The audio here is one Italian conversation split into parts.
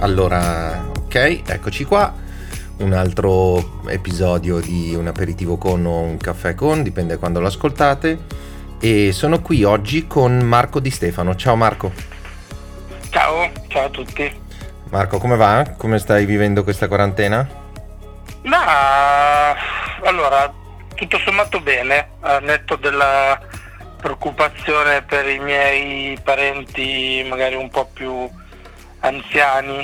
Allora, ok, eccoci qua. Un altro episodio di un aperitivo con o un caffè con, dipende quando lo ascoltate. E sono qui oggi con Marco Di Stefano. Ciao Marco. Ciao a tutti. Marco, come va? Come stai vivendo questa quarantena? Ma allora, tutto sommato bene, al netto della preoccupazione per i miei parenti magari un po' più anziani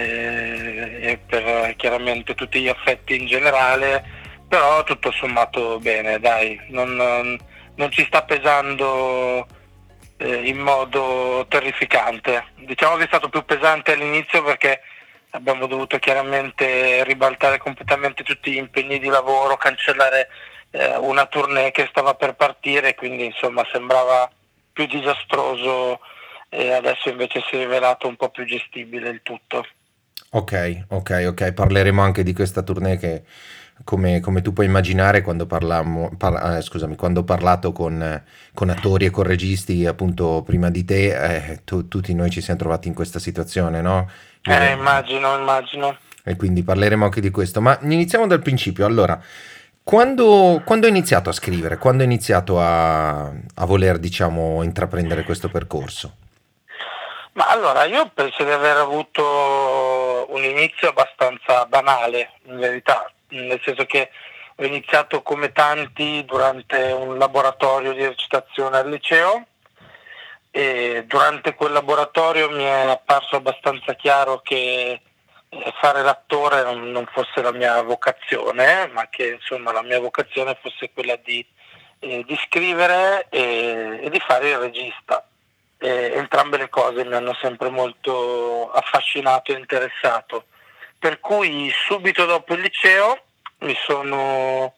e per chiaramente tutti gli affetti in generale, però tutto sommato bene, dai, non ci sta pesando in modo terrificante. Diciamo che è stato più pesante all'inizio perché abbiamo dovuto chiaramente ribaltare completamente tutti gli impegni di lavoro, cancellare una tournée che stava per partire, quindi insomma sembrava più disastroso e adesso invece si è rivelato un po' più gestibile il tutto. Ok. Parleremo anche di questa tournée che, come tu puoi immaginare, quando ho parlato con attori e con registi, appunto, prima di te, tutti noi ci siamo trovati in questa situazione, no? Io- Immagino. e quindi parleremo anche di questo. Ma iniziamo dal principio. Allora, quando hai iniziato a scrivere? Quando hai iniziato a voler, diciamo, intraprendere questo percorso? Ma allora, io penso di aver avuto un inizio abbastanza banale, in verità, nel senso che ho iniziato come tanti durante un laboratorio di recitazione al liceo e durante quel laboratorio mi è apparso abbastanza chiaro che fare l'attore non fosse la mia vocazione, ma che insomma la mia vocazione fosse quella di scrivere e di fare il regista. Entrambe le cose mi hanno sempre molto affascinato e interessato. Per cui subito dopo il liceo mi sono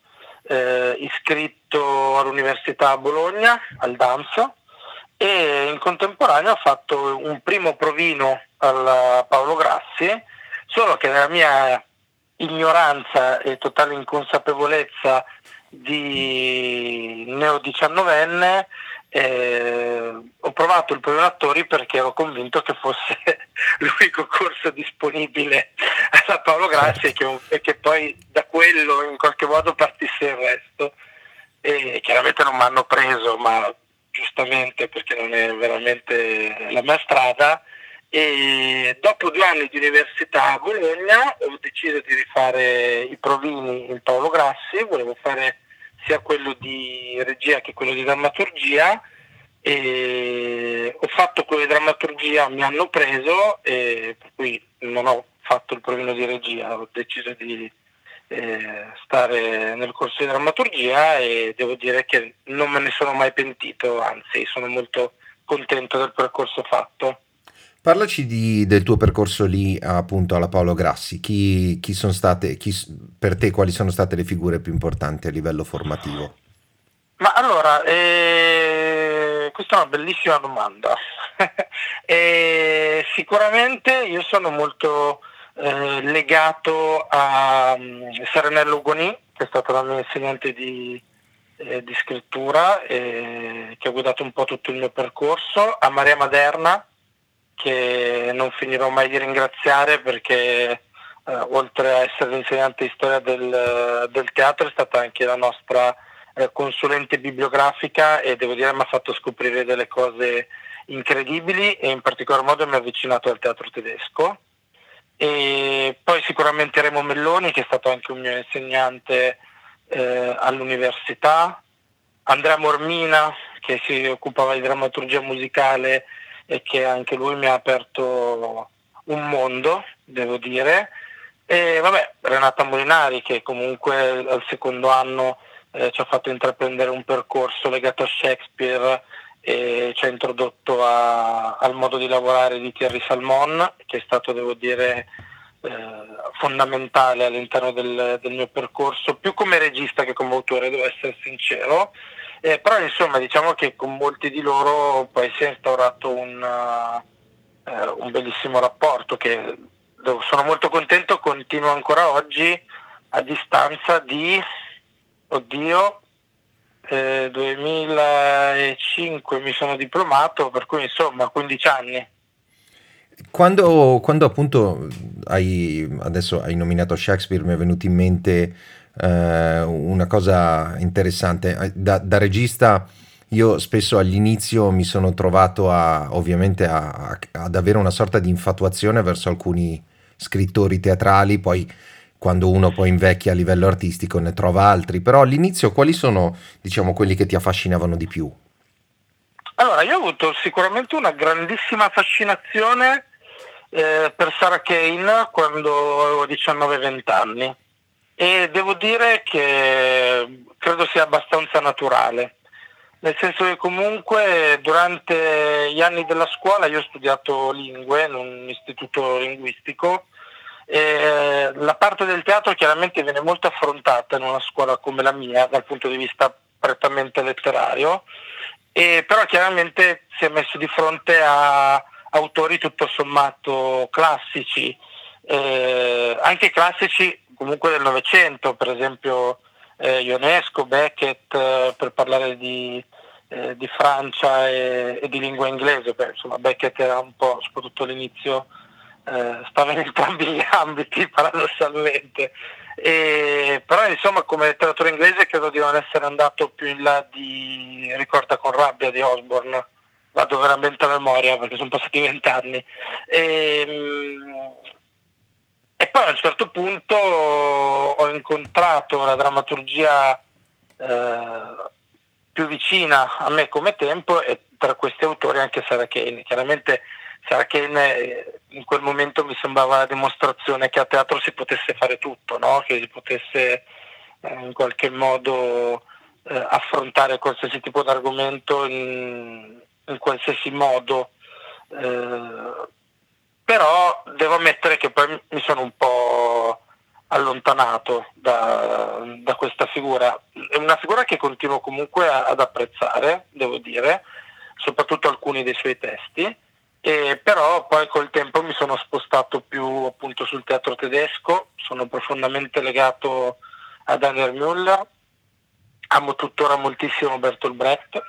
iscritto all'Università a Bologna, al DAMS, e in contemporanea ho fatto un primo provino al Paolo Grassi, solo che nella mia ignoranza e totale inconsapevolezza di neo-diciannovenne ho provato il provino attori perché ero convinto che fosse l'unico corso disponibile alla Paolo Grassi Certo. e che poi da quello in qualche modo partisse il resto. E chiaramente non mi hanno preso, ma giustamente perché non è veramente la mia strada. E dopo 2 anni di università a Bologna ho deciso di rifare i provini in Paolo Grassi, volevo fare sia quello di regia che quello di drammaturgia e ho fatto quello di drammaturgia, mi hanno preso e per cui non ho fatto il provino di regia, ho deciso di stare nel corso di drammaturgia e devo dire che non me ne sono mai pentito, anzi sono molto contento del percorso fatto. Parlaci del tuo percorso lì, appunto, alla Paolo Grassi. Chi sono state, per te, quali sono state le figure più importanti a livello formativo? Ma allora, questa è una bellissima domanda. Sicuramente io sono molto legato a Serenello Goni, che è stata la mia insegnante di scrittura, che ha guidato un po' tutto il mio percorso, a Maria Maderna, che non finirò mai di ringraziare perché oltre a essere l'insegnante di storia del teatro è stata anche la nostra consulente bibliografica e devo dire mi ha fatto scoprire delle cose incredibili e in particolar modo mi ha avvicinato al teatro tedesco. E poi sicuramente Remo Melloni, che è stato anche un mio insegnante all'università, Andrea Mormina, che si occupava di drammaturgia musicale e che anche lui mi ha aperto un mondo, devo dire. E vabbè, Renata Molinari, che comunque al secondo anno ci ha fatto intraprendere un percorso legato a Shakespeare e ci ha introdotto al modo di lavorare di Thierry Salmon, che è stato, devo dire, fondamentale all'interno del mio percorso, più come regista che come autore, devo essere sincero. Però insomma diciamo che con molti di loro poi si è instaurato un bellissimo rapporto che sono molto contento, continuo ancora oggi a distanza di, oddio, 2005 mi sono diplomato, per cui insomma 15 anni. Quando appunto adesso hai nominato Shakespeare, mi è venuto in mente una cosa interessante. Da regista io spesso all'inizio mi sono trovato ovviamente ad avere una sorta di infatuazione verso alcuni scrittori teatrali, poi quando uno poi invecchia a livello artistico ne trova altri, però all'inizio quali sono, diciamo, quelli che ti affascinavano di più? Allora, io ho avuto sicuramente una grandissima fascinazione per Sarah Kane quando avevo 19-20 anni e devo dire che credo sia abbastanza naturale, nel senso che comunque durante gli anni della scuola io ho studiato lingue in un istituto linguistico e la parte del teatro chiaramente viene molto affrontata in una scuola come la mia dal punto di vista prettamente letterario, però chiaramente si è messo di fronte a autori tutto sommato classici, anche classici comunque del Novecento, per esempio Ionesco, Beckett, per parlare di Francia e di lingua inglese. Beh, insomma, Beckett era un po', soprattutto all'inizio, stava in entrambi gli ambiti paradossalmente. Però insomma come letteratura inglese credo di non essere andato più in là di Ricorda con rabbia di Osborne, vado veramente a memoria perché sono passati 20 anni. E, e poi a un certo punto ho incontrato la drammaturgia più vicina a me come tempo e tra questi autori anche Sarah Kane. Chiaramente Sarah Kane in quel momento mi sembrava la dimostrazione che a teatro si potesse fare tutto, no? Che si potesse in qualche modo affrontare qualsiasi tipo di argomento in qualsiasi modo. Eh, Però devo ammettere che poi mi sono un po' allontanato da questa figura. È una figura che continuo comunque ad apprezzare, devo dire, soprattutto alcuni dei suoi testi, però poi col tempo mi sono spostato più appunto sul teatro tedesco, sono profondamente legato a Daniel Müller, amo tuttora moltissimo Bertolt Brecht,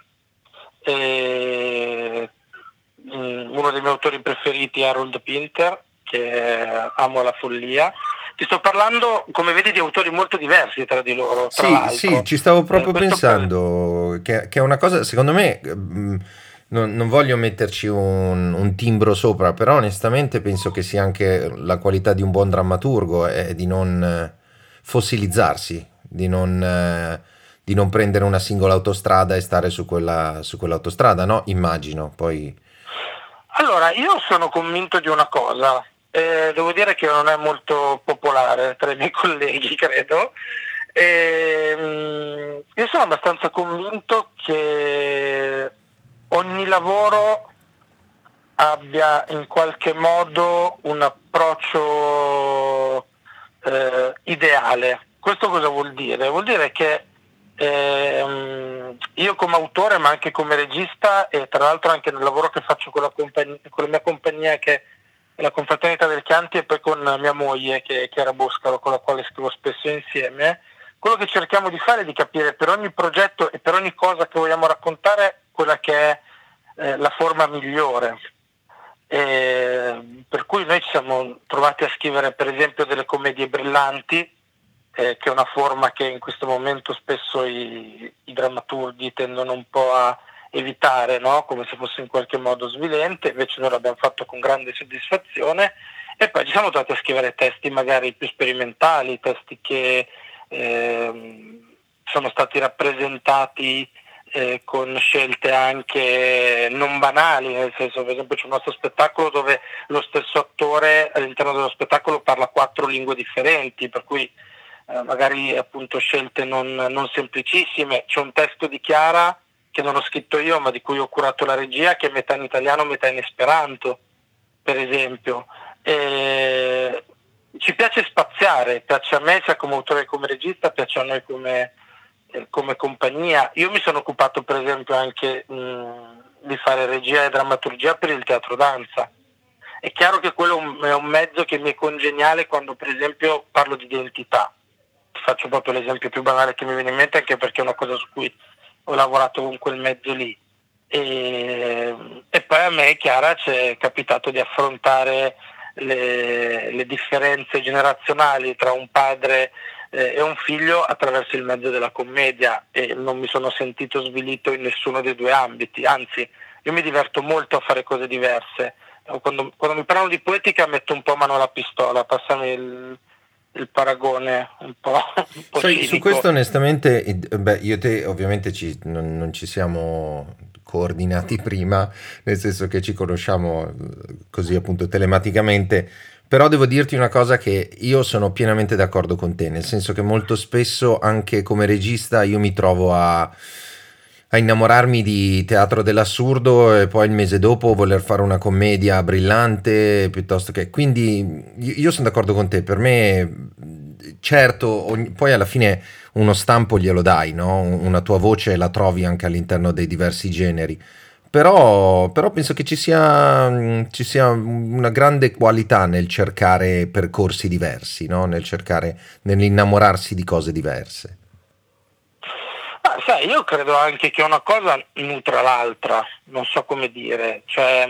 e, uno dei miei autori preferiti è Harold Pinter, che amo alla follia. Ti sto parlando, come vedi, di autori molto diversi tra di loro, tra Sì, sì, l'altro. ci stavo proprio Questo per... pensando che è una cosa, secondo me, non voglio metterci un timbro sopra, però onestamente penso che sia anche la qualità di un buon drammaturgo è di non fossilizzarsi, di non prendere una singola autostrada e stare su quell'autostrada, no? Immagino, poi... Allora, io sono convinto di una cosa, devo dire che non è molto popolare tra i miei colleghi, credo. Io sono abbastanza convinto che ogni lavoro abbia in qualche modo un approccio ideale. Questo cosa vuol dire? Vuol dire che io come autore ma anche come regista e tra l'altro anche nel lavoro che faccio con la mia compagnia che è la Confraternita del Chianti e poi con mia moglie che è Chiara Boscaro con la quale scrivo spesso insieme, quello che cerchiamo di fare è di capire per ogni progetto e per ogni cosa che vogliamo raccontare quella che è la forma migliore. Per cui noi ci siamo trovati a scrivere per esempio delle commedie brillanti, che è una forma che in questo momento spesso i drammaturghi tendono un po' a evitare, no? Come se fosse in qualche modo svilente, invece noi l'abbiamo fatto con grande soddisfazione e poi ci siamo trovati a scrivere testi magari più sperimentali, testi che sono stati rappresentati con scelte anche non banali, nel senso per esempio c'è un nostro spettacolo dove lo stesso attore all'interno dello spettacolo parla 4 lingue differenti, per cui magari appunto scelte non semplicissime. C'è un testo di Chiara che non ho scritto io ma di cui ho curato la regia che è metà in italiano metà in esperanto, per esempio. Ci piace spaziare, piace a me sia come autore che come regista, piace a noi come compagnia. Io mi sono occupato per esempio anche di fare regia e drammaturgia per il teatro danza. È chiaro che quello è un mezzo che mi è congeniale quando per esempio parlo di identità. Ti faccio proprio l'esempio più banale che mi viene in mente anche perché è una cosa su cui ho lavorato con quel mezzo lì. e poi a me, Chiara, ci è capitato di affrontare le differenze generazionali tra un padre e un figlio attraverso il mezzo della commedia, e non mi sono sentito svilito in nessuno dei due ambiti, anzi io mi diverto molto a fare cose diverse. Quando mi parlano di poetica metto un po' mano alla pistola, passami il paragone un po', un po' Sai, su questo cinico. onestamente, beh, io e te ovviamente non ci siamo coordinati prima, nel senso che ci conosciamo così appunto telematicamente, però devo dirti una cosa che io sono pienamente d'accordo con te, nel senso che molto spesso anche come regista io mi trovo a innamorarmi di teatro dell'assurdo e poi il mese dopo voler fare una commedia brillante piuttosto che... Quindi io sono d'accordo con te, per me certo, poi alla fine uno stampo glielo dai, no? Una tua voce la trovi anche all'interno dei diversi generi. Però penso che ci sia una grande qualità nel cercare percorsi diversi, no? Nel cercare, nell'innamorarsi di cose diverse. Ah, sai, io credo anche che una cosa nutra l'altra, non so come dire, cioè,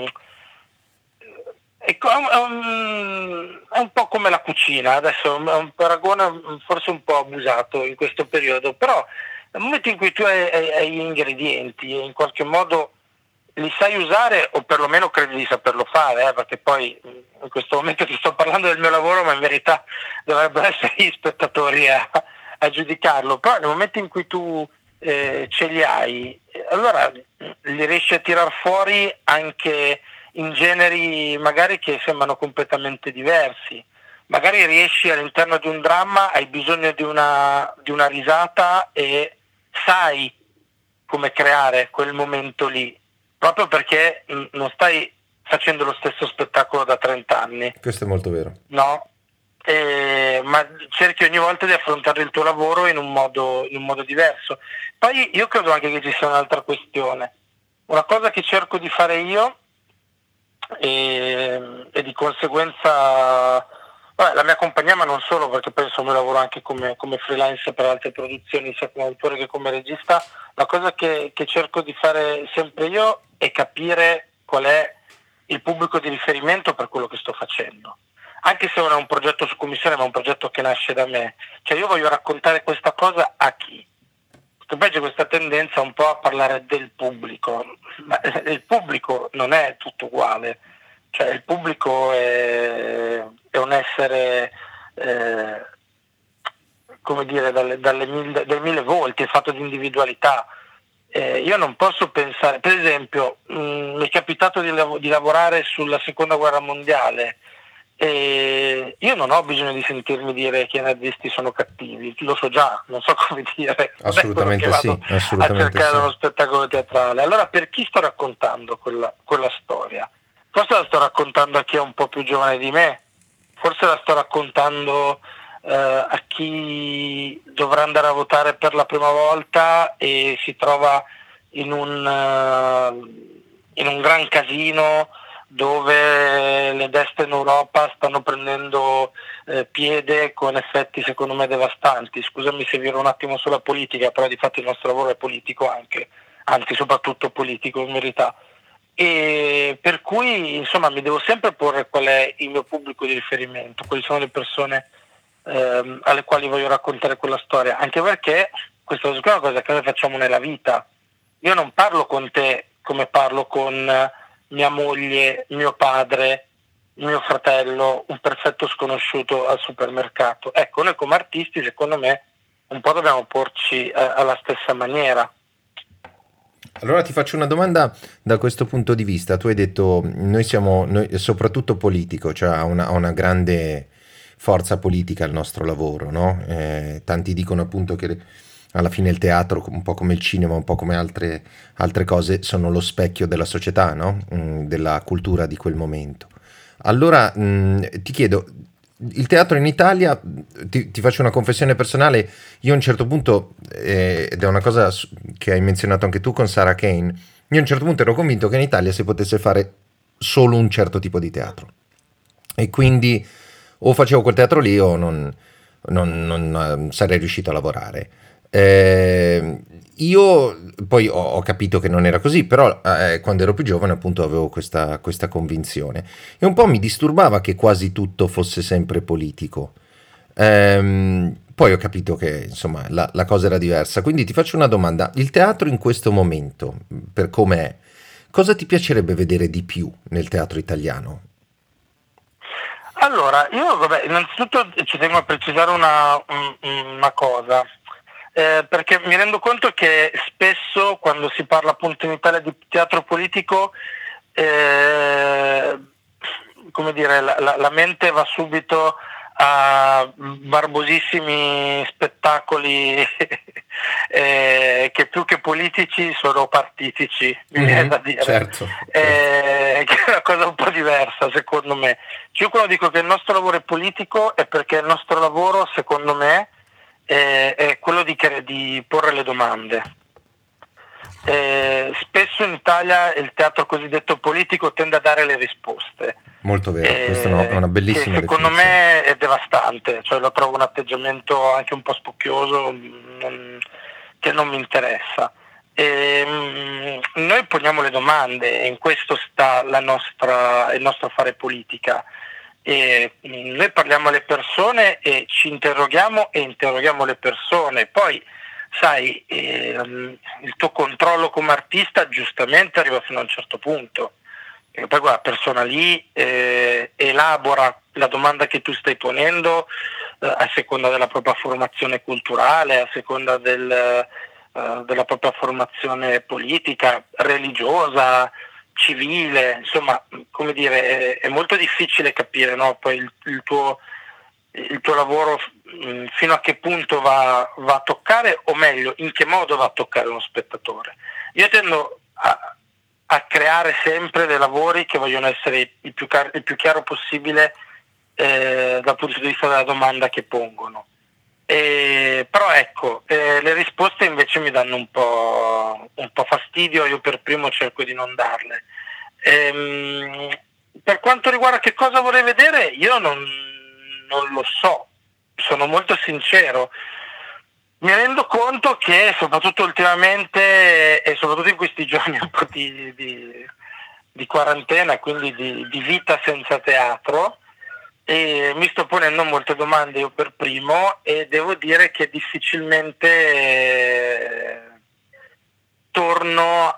è un po' come la cucina, adesso è un paragone forse un po' abusato in questo periodo, però nel momento in cui tu hai gli ingredienti e in qualche modo li sai usare, o perlomeno credi di saperlo fare, perché poi in questo momento ti sto parlando del mio lavoro, ma in verità dovrebbero essere gli spettatori a giudicarlo, però nel momento in cui tu ce li hai, allora li riesci a tirar fuori anche in generi magari che sembrano completamente diversi. Magari riesci all'interno di un dramma, hai bisogno di una risata e sai come creare quel momento lì, proprio perché non stai facendo lo stesso spettacolo da 30 anni, Questo è molto vero. no? Ma cerchi ogni volta di affrontare il tuo lavoro in un modo diverso. Poi io credo anche che ci sia un'altra questione. Una cosa che cerco di fare io e di conseguenza vabbè, la mia compagnia, ma non solo, perché poi insomma lavoro anche come freelance per altre produzioni, sia come autore che come regista. La cosa che cerco di fare sempre io è capire qual è il pubblico di riferimento per quello che sto facendo, anche se non è un progetto su commissione, ma è un progetto che nasce da me. Cioè io voglio raccontare questa cosa a chi? Perché poi c'è questa tendenza un po' a parlare del pubblico, ma il pubblico non è tutto uguale, cioè il pubblico è un essere, eh, come dire, dai mille volti, è fatto di individualità. Io non posso pensare, per esempio, mi è capitato di lavorare sulla seconda guerra mondiale. E io non ho bisogno di sentirmi dire che i nazisti sono cattivi, lo so già, non so come dire, non è quello che Assolutamente vado sì, a assolutamente cercare sì. uno spettacolo teatrale. Allora per chi sto raccontando quella storia? Forse la sto raccontando a chi è un po' più giovane di me, forse la sto raccontando a chi dovrà andare a votare per la prima volta e si trova in in un gran casino dove le destre in Europa stanno prendendo piede con effetti secondo me devastanti. Scusami se viro un attimo sulla politica, però di fatto il nostro lavoro è politico anche, anzi soprattutto politico in verità. E per cui insomma mi devo sempre porre qual è il mio pubblico di riferimento, quali sono le persone alle quali voglio raccontare quella storia, anche perché questa è una cosa che noi facciamo nella vita. Io non parlo con te come parlo con mia moglie, mio padre, mio fratello, un perfetto sconosciuto al supermercato. Ecco, noi come artisti, secondo me, un po' dobbiamo porci alla stessa maniera. Allora ti faccio una domanda da questo punto di vista. Tu hai detto, noi, soprattutto politico, cioè ha una grande forza politica il nostro lavoro, no? Tanti dicono appunto che alla fine il teatro, un po' come il cinema, un po' come altre cose, sono lo specchio della società, no? Della cultura di quel momento. Allora, ti chiedo, il teatro in Italia, ti faccio una confessione personale, io a un certo punto, ed è una cosa che hai menzionato anche tu con Sarah Kane, io a un certo punto ero convinto che in Italia si potesse fare solo un certo tipo di teatro. E quindi o facevo quel teatro lì o non sarei riuscito a lavorare. Eh, io poi ho capito che non era così, però quando ero più giovane appunto avevo questa convinzione e un po' mi disturbava che quasi tutto fosse sempre politico. Poi ho capito che insomma la cosa era diversa, quindi ti faccio una domanda: il teatro in questo momento, per com'è, cosa ti piacerebbe vedere di più nel teatro italiano? Allora, io vabbè, innanzitutto ci tengo a precisare una cosa, perché mi rendo conto che spesso quando si parla appunto in Italia di teatro politico, eh, come dire, la mente va subito a barbosissimi spettacoli che più che politici sono partitici, mi viene da Mhm, dire, certo, certo. che è una cosa un po' diversa secondo me. Io quando dico che il nostro lavoro è politico è perché il nostro lavoro, secondo me, è quello di porre le domande. Spesso in Italia il teatro cosiddetto politico tende a dare le risposte, Molto vero, questa è una che bellissima secondo definizione. me è devastante, cioè lo trovo un atteggiamento anche un po' spocchioso, che non mi interessa. Noi poniamo le domande e in questo sta il nostro fare politica. Noi parliamo alle persone e ci interroghiamo e interroghiamo le persone. Poi, sai, il tuo controllo come artista giustamente arriva fino a un certo punto. Perché poi quella persona lì elabora la domanda che tu stai ponendo a seconda della propria formazione culturale, a seconda della propria formazione politica, religiosa, civile, insomma, come dire, è molto difficile capire, no? Poi il tuo lavoro fino a che punto va a toccare, o meglio, in che modo va a toccare uno spettatore. Io tendo a creare sempre dei lavori che vogliono essere il più chiaro possibile dal punto di vista della domanda che pongono. Però ecco, le risposte invece mi danno un po' fastidio, io per primo cerco di non darle. Per quanto riguarda che cosa vorrei vedere, io non lo so, sono molto sincero. Mi rendo conto che soprattutto ultimamente e soprattutto in questi giorni un po' di quarantena, quindi di vita senza teatro, e mi sto ponendo molte domande io per primo e devo dire che difficilmente torno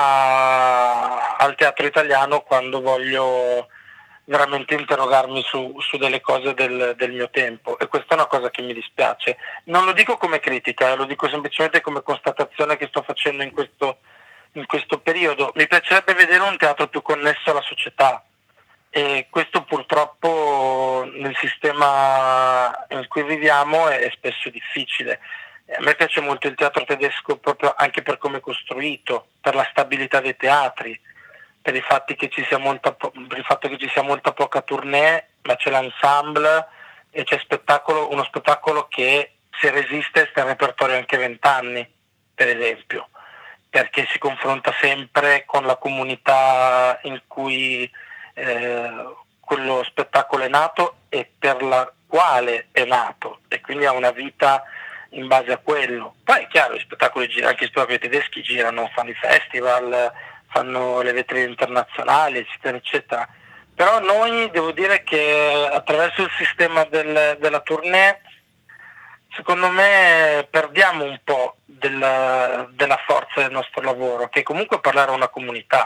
al teatro italiano quando voglio veramente interrogarmi su delle cose del mio tempo, e questa è una cosa che mi dispiace. Non lo dico come critica, lo dico semplicemente come constatazione che sto facendo in questo periodo. Mi piacerebbe vedere un teatro più connesso alla società, e questo purtroppo nel sistema in cui viviamo è spesso difficile. A me piace molto il teatro tedesco proprio anche per come è costruito, per la stabilità dei teatri, per il fatto che ci sia molta poca tournée, ma c'è l'ensemble e c'è uno spettacolo che se resiste sta in repertorio anche 20 anni, per esempio, perché si confronta sempre con la comunità in cui quello spettacolo è nato e per la quale è nato, e quindi ha una vita in base a quello. Poi è chiaro, anche gli spettacoli tedeschi girano, fanno i festival, fanno le vetrine internazionali, eccetera, eccetera. Però noi devo dire che attraverso il sistema della tournée, secondo me perdiamo un po' della forza del nostro lavoro, che comunque è parlare a una comunità.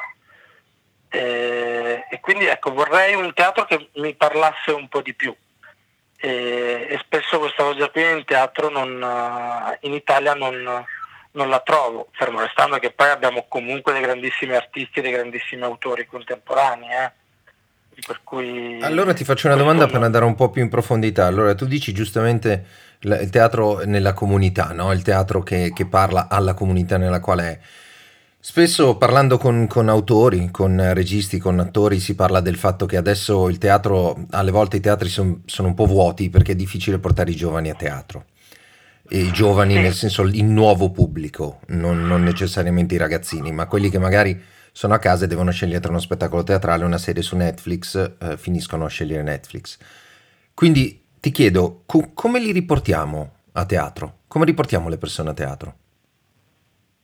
E quindi ecco, vorrei un teatro che mi parlasse un po' di più. E spesso questa cosa qui in Italia non la trovo, fermo restando che poi abbiamo comunque dei grandissimi artisti e dei grandissimi autori contemporanei, per Allora cui ti faccio una questo domanda per non... andare un po' più in profondità. Allora, tu dici giustamente il teatro nella comunità, no? Il teatro che parla alla comunità nella quale è. Spesso parlando con autori, con registi, con attori, si parla del fatto che adesso il teatro, alle volte i teatri sono un po' vuoti perché è difficile portare i giovani a teatro. E i giovani Sì, nel senso il nuovo pubblico, non necessariamente i ragazzini, ma quelli che magari sono a casa e devono scegliere tra uno spettacolo teatrale e una serie su Netflix, finiscono a scegliere Netflix. Quindi ti chiedo, come li riportiamo a teatro? Come riportiamo le persone a teatro?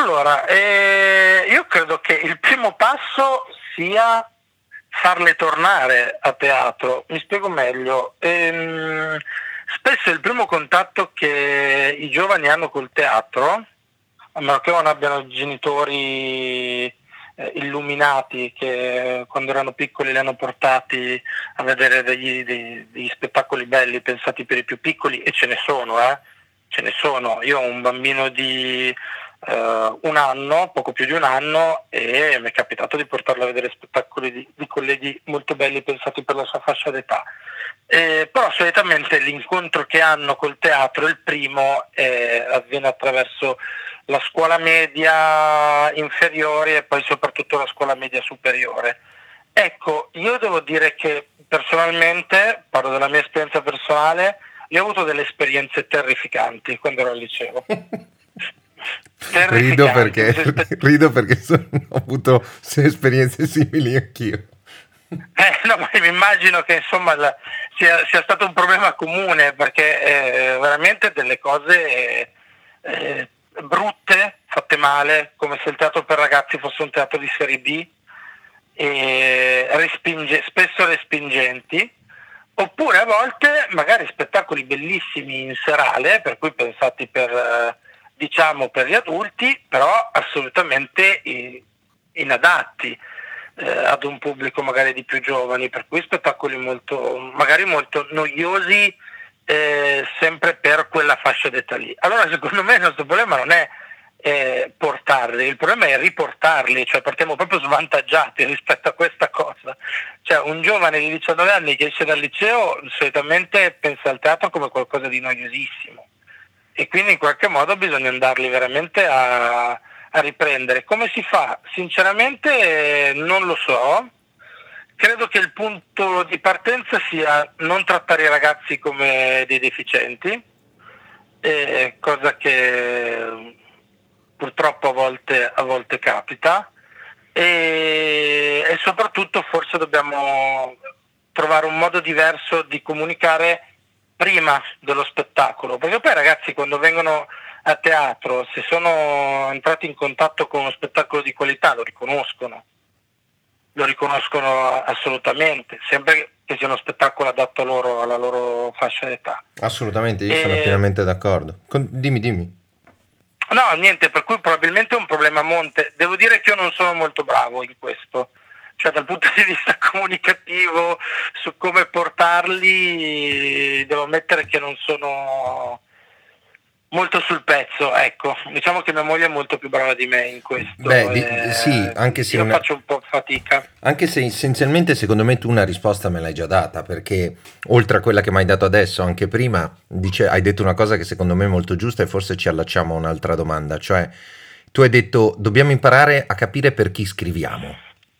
Allora, io credo che il primo passo sia farle tornare a teatro. Mi spiego meglio. Spesso il primo contatto che i giovani hanno col teatro, a meno che non abbiano genitori illuminati che quando erano piccoli li hanno portati a vedere degli spettacoli belli pensati per i più piccoli, e ce ne sono, ce ne sono. Io ho un bambino di un anno, poco più di un anno, e mi è capitato di portarlo a vedere spettacoli di colleghi molto belli pensati per la sua fascia d'età. Però solitamente l'incontro che hanno col teatro, il primo, avviene attraverso la scuola media inferiore e poi soprattutto la scuola media superiore. Ecco, io devo dire che personalmente, parlo della mia esperienza personale, io ho avuto delle esperienze terrificanti quando ero al liceo. Rido perché, rido perché ho avuto esperienze simili anch'io. No, ma mi immagino che insomma sia stato un problema comune, perché veramente delle cose brutte, fatte male, come se il teatro per ragazzi fosse un teatro di serie B, e spesso respingenti, oppure a volte magari spettacoli bellissimi in serale, per cui pensati per gli adulti, però assolutamente inadatti ad un pubblico magari di più giovani, per cui spettacoli magari molto noiosi, sempre per quella fascia d'età lì. Allora secondo me il nostro problema non è portarli, il problema è riportarli, cioè partiamo proprio svantaggiati rispetto a questa cosa. Cioè un giovane di 19 anni che esce dal liceo solitamente pensa al teatro come qualcosa di noiosissimo, e quindi in qualche modo bisogna andarli veramente a riprendere. Come si fa? Sinceramente non lo so. Credo che il punto di partenza sia non trattare i ragazzi come dei deficienti, cosa che purtroppo a volte capita, e soprattutto forse dobbiamo trovare un modo diverso di comunicare prima dello spettacolo, perché poi i ragazzi quando vengono a teatro, se sono entrati in contatto con uno spettacolo di qualità, lo riconoscono assolutamente, sempre che sia uno spettacolo adatto alla loro fascia d'età. Assolutamente, io sono pienamente d'accordo. Dimmi. No, niente, per cui probabilmente è un problema a monte. Devo dire che io non sono molto bravo in questo, cioè dal punto di vista comunicativo, su come portarli, devo ammettere che non sono molto sul pezzo, ecco. Diciamo che mia moglie è molto più brava di me in questo. Sì, anche se io faccio un po' fatica. Anche se essenzialmente secondo me tu una risposta me l'hai già data, perché oltre a quella che mi hai dato adesso, anche prima, hai detto una cosa che secondo me è molto giusta, e forse ci allacciamo a un'altra domanda, cioè tu hai detto dobbiamo imparare a capire per chi scriviamo.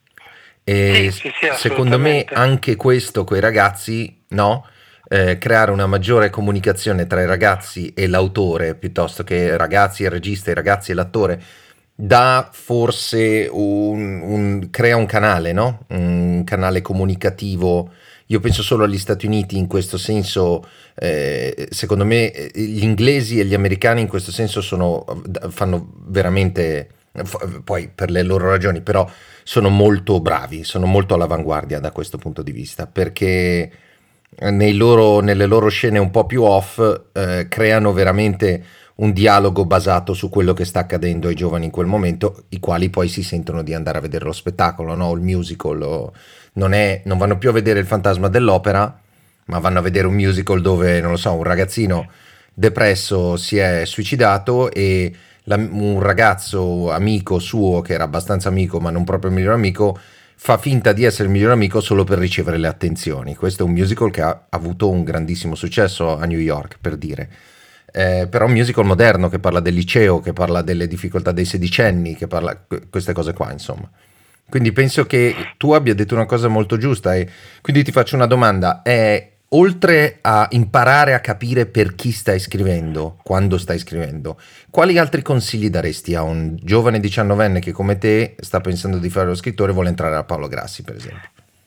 E sì, secondo me anche questo coi ragazzi, no? Creare una maggiore comunicazione tra i ragazzi e l'autore, piuttosto che ragazzi e il regista, i ragazzi e l'attore, dà forse crea un canale, no? Un canale comunicativo. Io penso solo agli Stati Uniti in questo senso, secondo me gli inglesi e gli americani in questo senso fanno veramente, poi per le loro ragioni, però sono molto bravi, sono molto all'avanguardia da questo punto di vista, perché nelle loro scene un po' più off creano veramente un dialogo basato su quello che sta accadendo ai giovani in quel momento, i quali poi si sentono di andare a vedere lo spettacolo, no? Il musical, non vanno più a vedere il Fantasma dell'Opera, ma vanno a vedere un musical dove, non lo so, un ragazzino depresso si è suicidato e un ragazzo amico suo, che era abbastanza amico ma non proprio il miglior amico, fa finta di essere il miglior amico solo per ricevere le attenzioni. Questo è un musical che ha avuto un grandissimo successo a New York, per dire. Però un musical moderno che parla del liceo, che parla delle difficoltà dei sedicenni, che parla queste cose qua, insomma. Quindi penso che tu abbia detto una cosa molto giusta, e quindi ti faccio una domanda. Oltre a imparare a capire per chi stai scrivendo, quando stai scrivendo, quali altri consigli daresti a un giovane 19enne che come te sta pensando di fare lo scrittore e vuole entrare a Paolo Grassi, per esempio?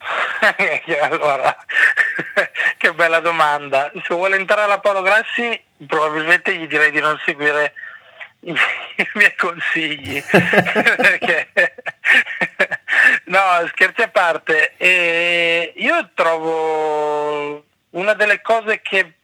Allora, che bella domanda. Se vuole entrare alla Paolo Grassi, probabilmente gli direi di non seguire i miei consigli. Perché no, scherzi a parte, io trovo una delle cose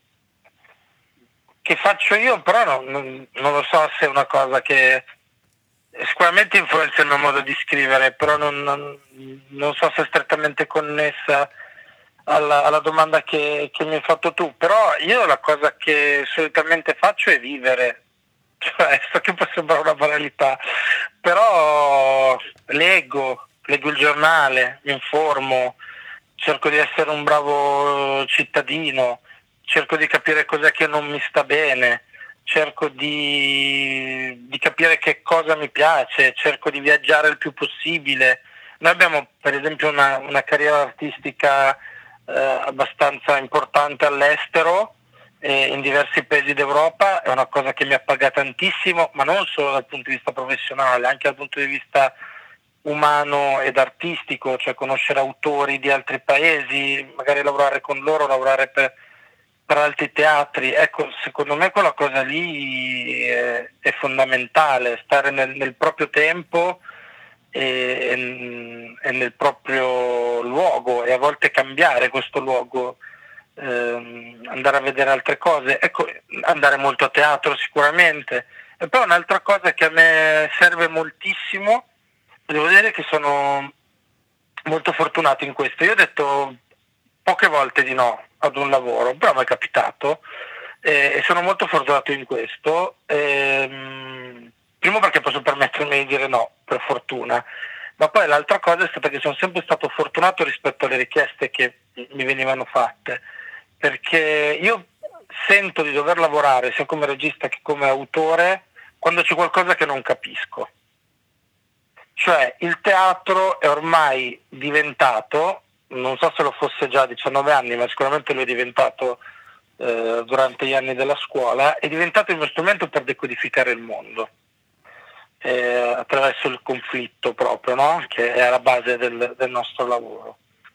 che faccio io, però non lo so se è una cosa che sicuramente influenza il mio modo di scrivere, però non so se è strettamente connessa alla domanda che mi hai fatto tu. Però io la cosa che solitamente faccio è vivere, cioè, so che può sembrare una banalità, però leggo il giornale, mi informo, cerco di essere un bravo cittadino, cerco di capire cos'è che non mi sta bene, cerco di capire che cosa mi piace, cerco di viaggiare il più possibile. Noi abbiamo per esempio una carriera artistica abbastanza importante all'estero, in diversi paesi d'Europa, è una cosa che mi appaga tantissimo, ma non solo dal punto di vista professionale, anche dal punto di vista umano ed artistico, cioè conoscere autori di altri paesi, magari lavorare con loro, lavorare per altri teatri. Ecco, secondo me quella cosa lì è fondamentale, stare nel proprio tempo e nel proprio luogo, e a volte cambiare questo luogo, andare a vedere altre cose, ecco, andare molto a teatro sicuramente. E poi un'altra cosa che a me serve moltissimo, devo dire che sono molto fortunato in questo. Io ho detto poche volte di no ad un lavoro, però mi è capitato, e sono molto fortunato in questo. Primo perché posso permettermi di dire no, per fortuna, ma poi l'altra cosa è stata che sono sempre stato fortunato rispetto alle richieste che mi venivano fatte, perché io sento di dover lavorare sia come regista che come autore quando c'è qualcosa che non capisco. Cioè il teatro è ormai diventato, non so se lo fosse già a 19 anni, ma sicuramente lo è diventato durante gli anni della scuola, è diventato il mio strumento per decodificare il mondo, attraverso il conflitto proprio, no? Che è alla base del nostro lavoro.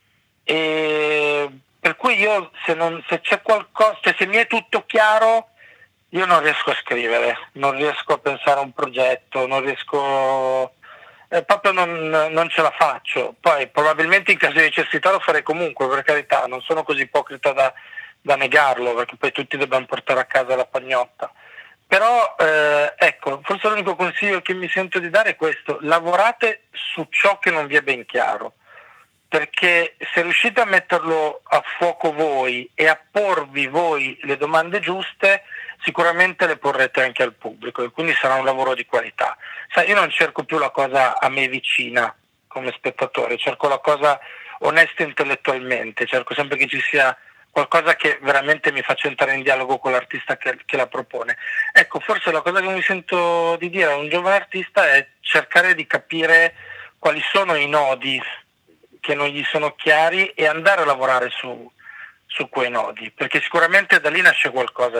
E per cui io se c'è qualcosa, cioè se mi è tutto chiaro, io non riesco a scrivere, non riesco a pensare a un progetto, non riesco, proprio non ce la faccio. Poi probabilmente in caso di necessità lo farei comunque, per carità, non sono così ipocrita da negarlo, perché poi tutti dobbiamo portare a casa la pagnotta. Però ecco, forse l'unico consiglio che mi sento di dare è questo: lavorate su ciò che non vi è ben chiaro, perché se riuscite a metterlo a fuoco voi e a porvi voi le domande giuste, sicuramente le porrete anche al pubblico, e quindi sarà un lavoro di qualità. Sai, io non cerco più la cosa a me vicina come spettatore, cerco la cosa onesta intellettualmente, cerco sempre che ci sia qualcosa che veramente mi faccia entrare in dialogo con l'artista che la propone. Ecco, forse la cosa che mi sento di dire a un giovane artista è cercare di capire quali sono i nodi che non gli sono chiari e andare a lavorare su quei nodi, perché sicuramente da lì nasce qualcosa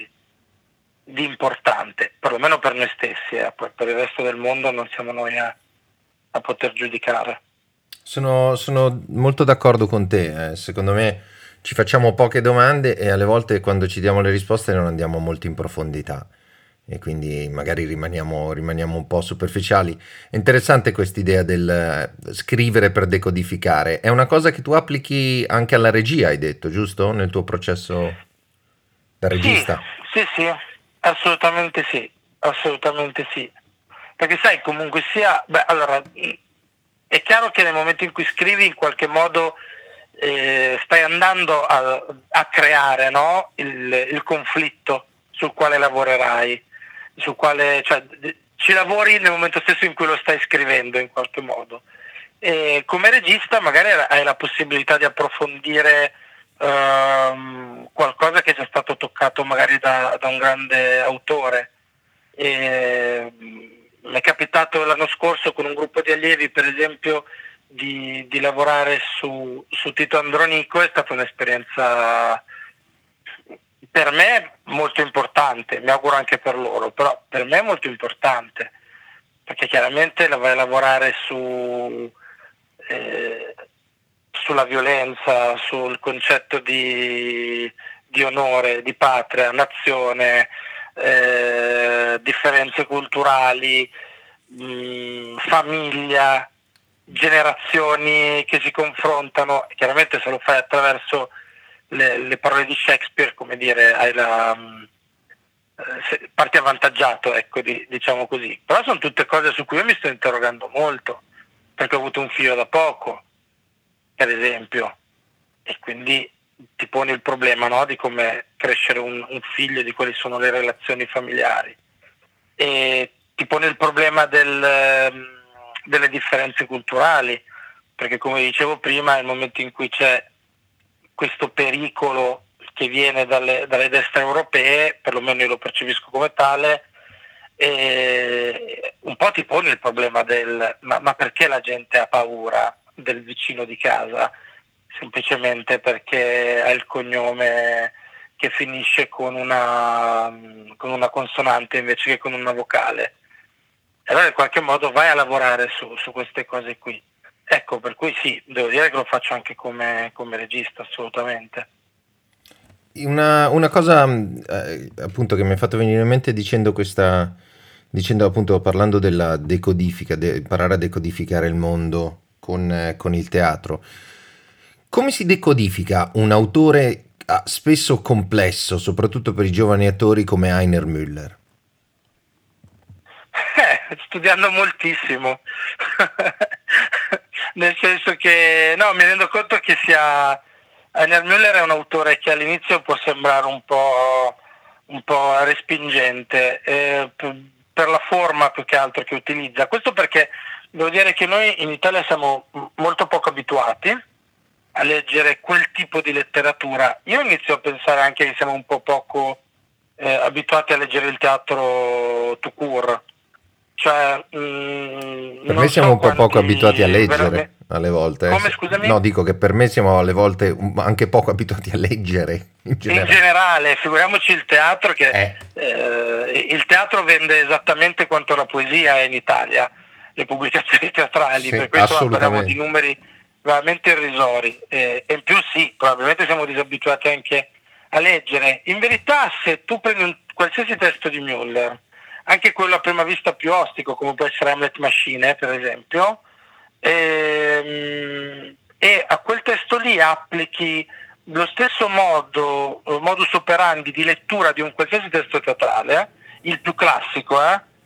di importante, perlomeno per noi stessi, poi per il resto del mondo non siamo noi a poter giudicare. Sono molto d'accordo con te. Secondo me ci facciamo poche domande e alle volte quando ci diamo le risposte non andiamo molto in profondità e quindi magari rimaniamo un po' superficiali. È interessante quest'idea del scrivere per decodificare. È una cosa che tu applichi anche alla regia, hai detto, giusto? Nel tuo processo da Sì, regista. sì, sì, assolutamente sì, assolutamente sì. Perché sai, comunque sia, beh, allora, è chiaro che nel momento in cui scrivi in qualche modo stai andando a creare, no? Il conflitto sul quale lavorerai, sul quale, cioè, ci lavori nel momento stesso in cui lo stai scrivendo in qualche modo. E come regista magari hai la possibilità di approfondire qualcosa che è già stato toccato magari da un grande autore. Mi è capitato l'anno scorso con un gruppo di allievi, per esempio, di lavorare su Tito Andronico. È stata un'esperienza per me molto importante, mi auguro anche per loro, però per me è molto importante, perché chiaramente la vai a lavorare eh, sulla violenza, sul concetto di onore, di patria, nazione, differenze culturali, famiglia, generazioni che si confrontano. Chiaramente se lo fai attraverso le parole di Shakespeare, come dire, parti avvantaggiato, ecco, diciamo così. Però sono tutte cose su cui io mi sto interrogando molto, perché ho avuto un figlio da poco, per esempio, e quindi ti poni il problema, no, di come crescere un figlio, di quali sono le relazioni familiari, e ti poni il problema delle differenze culturali, perché come dicevo prima, nel momento in cui c'è questo pericolo che viene dalle destre europee, perlomeno io lo percepisco come tale, e un po' ti poni il problema ma perché la gente ha paura del vicino di casa? Semplicemente perché ha il cognome che finisce con una consonante invece che con una vocale. E allora in qualche modo vai a lavorare su queste cose qui. Ecco, per cui sì, devo dire che lo faccio anche come regista, assolutamente. Una cosa appunto che mi ha fatto venire in mente dicendo appunto parlando della decodifica, imparare a decodificare il mondo con il teatro. Come si decodifica un autore spesso complesso, soprattutto per i giovani attori come Heiner Müller? Studiando moltissimo, nel senso che no, mi rendo conto che Heiner Müller è un autore che all'inizio può sembrare un po' respingente, per la forma più che altro che utilizza. Questo perché devo dire che noi in Italia siamo molto poco abituati a leggere quel tipo di letteratura. Io inizio a pensare anche che siamo un po' poco abituati a leggere il teatro tout court. Cioè, Per me non siamo so un po' poco abituati a quanti leggere veramente. alle volte. Come, scusami? No, dico che per me siamo alle volte anche poco abituati a leggere in In generale. generale, figuriamoci il teatro, che Eh, il teatro vende esattamente quanto la poesia è in Italia, le pubblicazioni teatrali, sì, per cui insomma parliamo di assolutamente. numeri veramente irrisori, e in più sì, probabilmente siamo disabituati anche a leggere. In verità, se tu prendi qualsiasi testo di Müller, anche quello a prima vista più ostico, come può essere Hamlet Machine, per esempio, e a quel testo lì applichi lo stesso modus operandi di lettura di un qualsiasi testo teatrale, il più classico,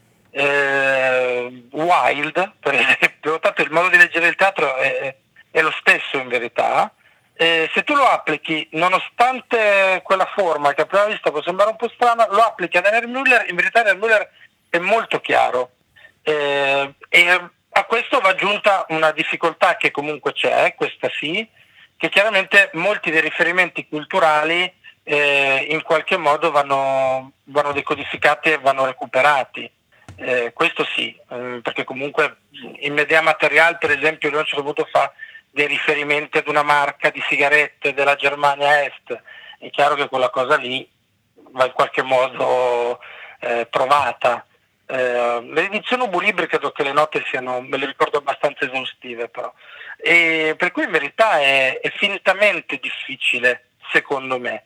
Wilde, per esempio, tanto il modo di leggere il teatro è lo stesso in verità. Se tu lo applichi, nonostante quella forma che a prima vista può sembrare un po' strana, lo applichi ad Heiner Müller, in verità Heiner Müller è molto chiaro. E a questo va aggiunta una difficoltà che comunque c'è, questa sì, che chiaramente molti dei riferimenti culturali in qualche modo vanno decodificati e vanno recuperati. Questo sì, perché comunque in Media Material, per esempio, lui a un certo punto fa dei riferimenti ad una marca di sigarette della Germania Est. È chiaro che quella cosa lì va in qualche modo trovata. L'edizione Ubulibri credo che le note siano, me le ricordo, abbastanza esaustive, però. E per cui in verità è finitamente difficile, secondo me.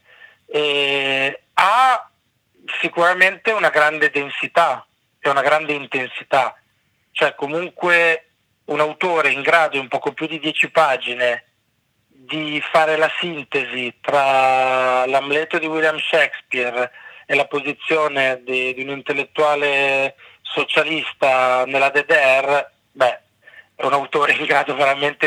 Ha sicuramente una grande densità e una grande intensità, cioè comunque un autore in grado in poco più di 10 pagine di fare la sintesi tra l'Amleto di William Shakespeare e la posizione di un intellettuale socialista nella DDR, beh, è un autore in grado veramente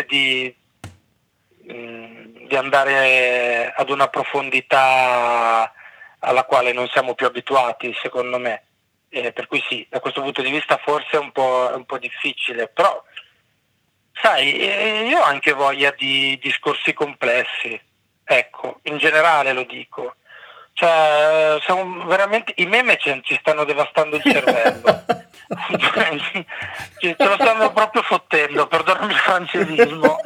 di andare ad una profondità alla quale non siamo più abituati, secondo me. Per cui sì, da questo punto di vista forse è un po' difficile, però sai, io ho anche voglia di discorsi complessi, ecco, in generale lo dico. Cioè, siamo veramente, i meme ci stanno devastando il cervello. Ce lo stanno proprio fottendo, perdonami il francesismo.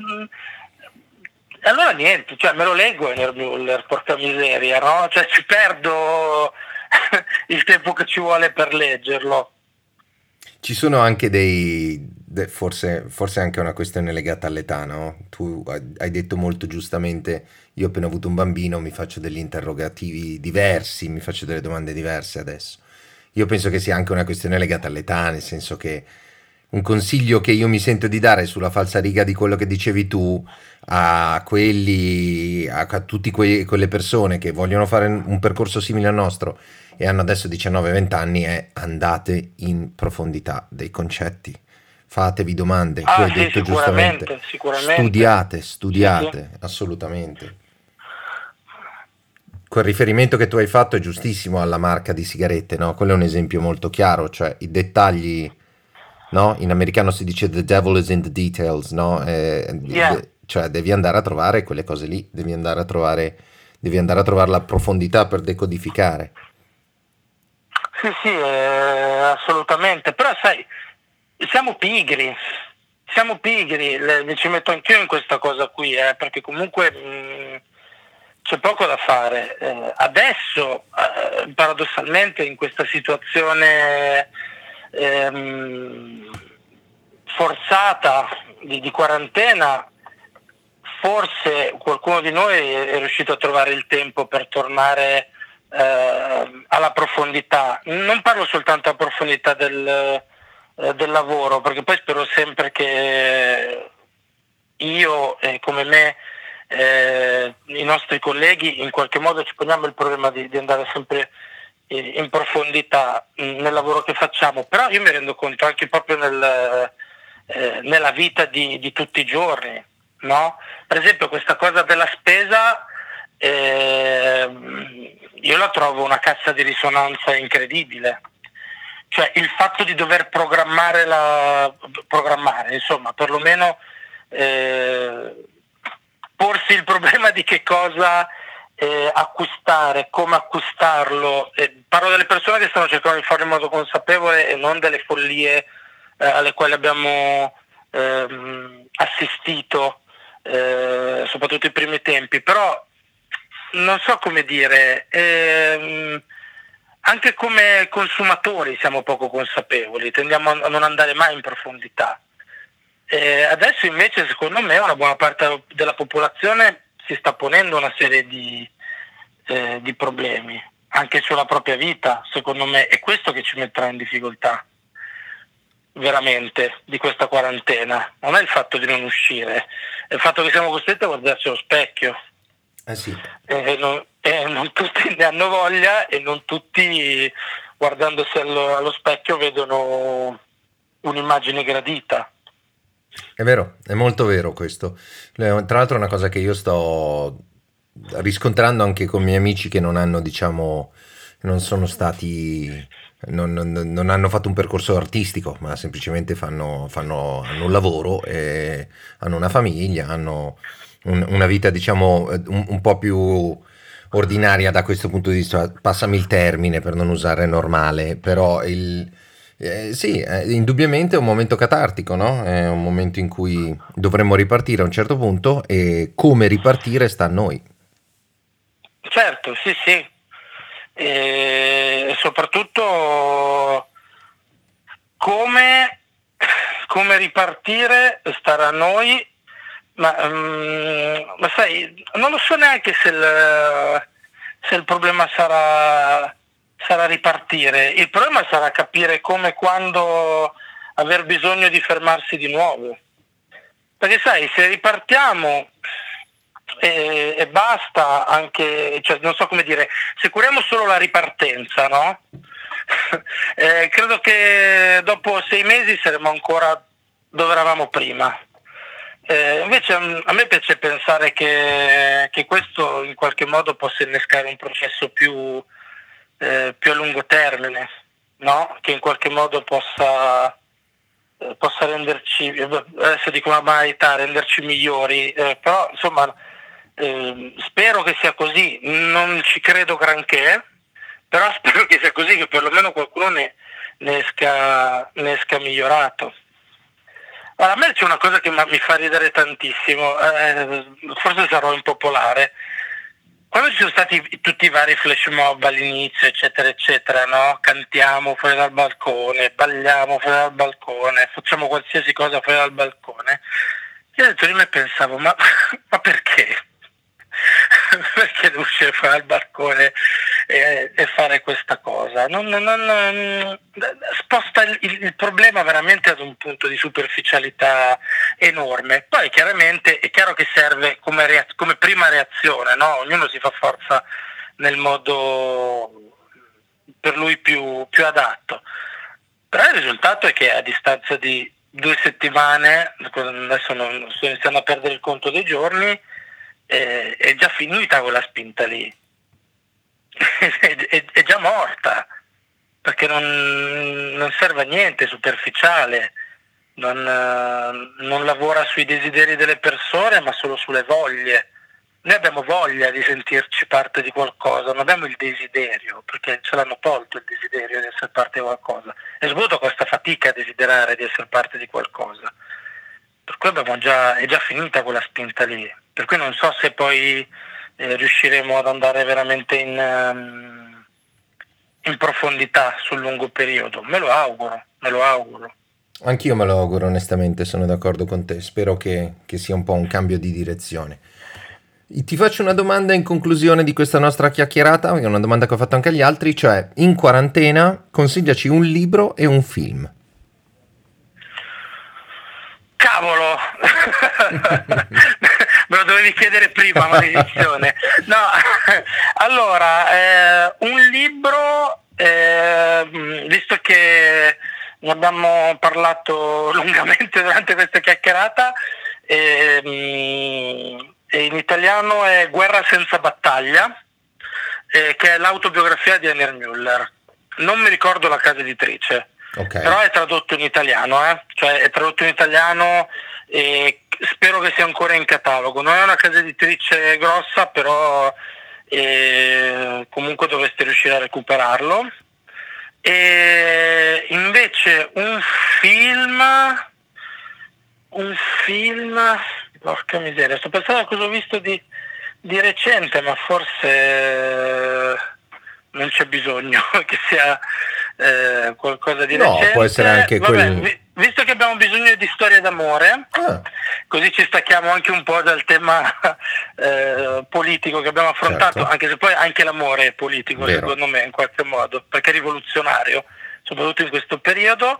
E allora niente, cioè me lo leggo Heiner Müller, porca miseria, no? Cioè ci perdo il tempo che ci vuole per leggerlo. Ci sono anche forse è anche una questione legata all'età, no? Tu hai detto molto giustamente, io ho appena avuto un bambino, mi faccio degli interrogativi diversi, mi faccio delle domande diverse adesso. Io penso che sia anche una questione legata all'età, nel senso che un consiglio che io mi sento di dare sulla falsariga di quello che dicevi tu a tutte quelle persone che vogliono fare un percorso simile al nostro e hanno adesso 19-20 anni è andate in profondità dei concetti, fatevi domande. Tu Ah hai sì, detto giustamente, sicuramente, sicuramente. Sì, sì. studiate, assolutamente. Quel riferimento che tu hai fatto è giustissimo alla marca di sigarette, no? Quello è un esempio molto chiaro, cioè i dettagli, no? In americano si dice the devil is in the details, no? Yeah. Cioè devi andare a trovare quelle cose lì, devi andare a trovare la profondità per decodificare. Sì, sì, assolutamente, però sai, siamo pigri, mi ci metto anch'io in questa cosa qui, perché comunque c'è poco da fare. Adesso, paradossalmente, in questa situazione ehm, forzata di quarantena, forse qualcuno di noi è riuscito a trovare il tempo per tornare alla profondità. Non parlo soltanto a profondità del lavoro, perché poi spero sempre che io e come me i nostri colleghi in qualche modo ci poniamo il problema di andare sempre in profondità nel lavoro che facciamo, però io mi rendo conto anche proprio nella vita di tutti i giorni, no? Per esempio questa cosa della spesa, io la trovo una cassa di risonanza incredibile. Cioè il fatto di dover programmare, insomma, perlomeno eh, porsi il problema di che cosa acquistare, come acquistarlo. Parlo delle persone che stanno cercando di farlo in modo consapevole e non delle follie alle quali abbiamo assistito, soprattutto i primi tempi, però non so come dire, anche come consumatori siamo poco consapevoli, tendiamo a non andare mai in profondità. Adesso invece secondo me una buona parte della popolazione si sta ponendo una serie di problemi, anche sulla propria vita, secondo me, è questo che ci metterà in difficoltà veramente di questa quarantena. Non è il fatto di non uscire, è il fatto che siamo costretti a guardarci allo specchio. Eh sì, Non tutti ne hanno voglia e non tutti guardandosi allo specchio vedono un'immagine gradita. è vero, è molto vero questo. Tra l'altro è una cosa che io sto riscontrando anche con miei amici che non hanno, diciamo, non sono stati, non hanno fatto un percorso artistico, ma semplicemente hanno un lavoro, e hanno una famiglia, hanno una vita, diciamo, un po' più ordinaria da questo punto di vista. Passami il termine per non usare normale, però sì, indubbiamente è un momento catartico, no? È un momento in cui dovremmo ripartire a un certo punto e come ripartire sta a noi. Certo, sì, sì, e soprattutto come, come ripartire starà a noi, ma sai, non lo so neanche se il problema sarà ripartire, il problema sarà capire come e quando aver bisogno di fermarsi di nuovo. Perché sai, se ripartiamo e basta anche, cioè, non so come dire, se curiamo solo la ripartenza, no? Credo che dopo 6 mesi saremo ancora dove eravamo prima. Invece a me piace pensare che questo in qualche modo possa innescare un processo più a lungo termine, no? Che in qualche modo possa renderci, adesso dico una banalità, renderci migliori, però insomma spero che sia così, non ci credo granché, però spero che sia così, che perlomeno qualcuno ne esca migliorato. Allora, a me c'è una cosa che mi fa ridere tantissimo, forse sarò impopolare. quando ci sono stati tutti i vari flash mob all'inizio, eccetera, eccetera, no? Cantiamo fuori dal balcone, balliamo fuori dal balcone, facciamo qualsiasi cosa fuori dal balcone. Io dentro di me pensavo, ma perché? Perché devo uscire fuori dal balcone e fare questa cosa? Sposta il problema veramente ad un punto di superficialità enorme. Poi chiaramente è chiaro che serve come prima reazione, no? Ognuno si fa forza nel modo per lui più adatto. Però il risultato è che a distanza di 2 settimane, adesso non sto iniziando a perdere il conto dei giorni, è già finita quella spinta lì. è già morta, perché non serve a niente, è superficiale, non lavora sui desideri delle persone ma solo sulle voglie. Noi abbiamo voglia di sentirci parte di qualcosa, non abbiamo il desiderio, perché ce l'hanno tolto il desiderio di essere parte di qualcosa. È svuoto questa fatica a desiderare di essere parte di qualcosa. Per cui è già finita quella spinta lì. Per cui non so se poi riusciremo ad andare veramente in profondità sul lungo periodo. Me lo auguro. Anch'io me lo auguro, onestamente, sono d'accordo con te. Spero che sia un po' un cambio di direzione. Ti faccio una domanda in conclusione di questa nostra chiacchierata, che è una domanda che ho fatto anche agli altri, cioè, in quarantena, consigliaci un libro e un film. Cavolo! Me lo dovevi chiedere prima, maledizione. No, allora, un libro, visto che ne abbiamo parlato lungamente durante questa chiacchierata, in italiano è Guerra senza battaglia, che è l'autobiografia di Heinrich Müller. Non mi ricordo la casa editrice, okay. Però è tradotto in italiano, cioè è tradotto in italiano e spero che sia ancora in catalogo. Non è una casa editrice grossa, però comunque dovreste riuscire a recuperarlo. E invece un film, porca miseria, sto pensando a cosa ho visto di recente, ma forse non c'è bisogno che sia qualcosa di recente. No, può essere anche visto che abbiamo bisogno di storie d'amore, così ci stacchiamo anche un po' dal tema politico che abbiamo affrontato, certo. Anche se poi anche l'amore è politico, vero. Secondo me, in qualche modo, perché è rivoluzionario, soprattutto in questo periodo.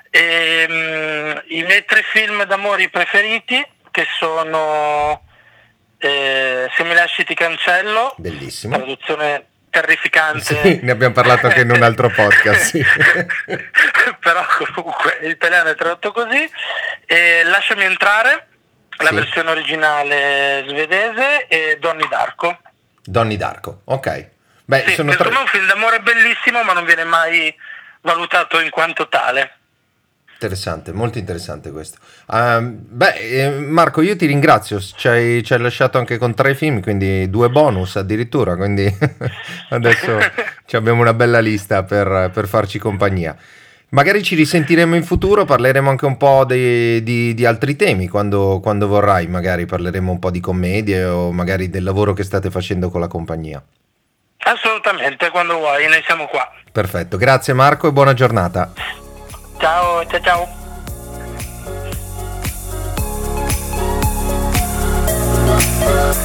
I miei 3 film d'amore preferiti, che sono Se mi lasci ti cancello, bellissimo, traduzione terrificante. Sì, ne abbiamo parlato anche in un altro podcast, sì. Però comunque in italiano è tradotto così. Lasciami entrare, la versione originale svedese, e Donnie Darko, ok. Beh, sì, sono secondo me è un film d'amore bellissimo, ma non viene mai valutato in quanto tale. Interessante, molto interessante questo. Marco, io ti ringrazio, ci hai lasciato anche con 3 film, quindi 2 bonus addirittura, quindi adesso abbiamo una bella lista per farci compagnia. Magari ci risentiremo in futuro, parleremo anche un po' di altri temi quando vorrai, magari parleremo un po' di commedie o magari del lavoro che state facendo con la compagnia. Assolutamente, quando vuoi, noi siamo qua. Perfetto, grazie Marco e buona giornata. Ciao, ciao, ciao.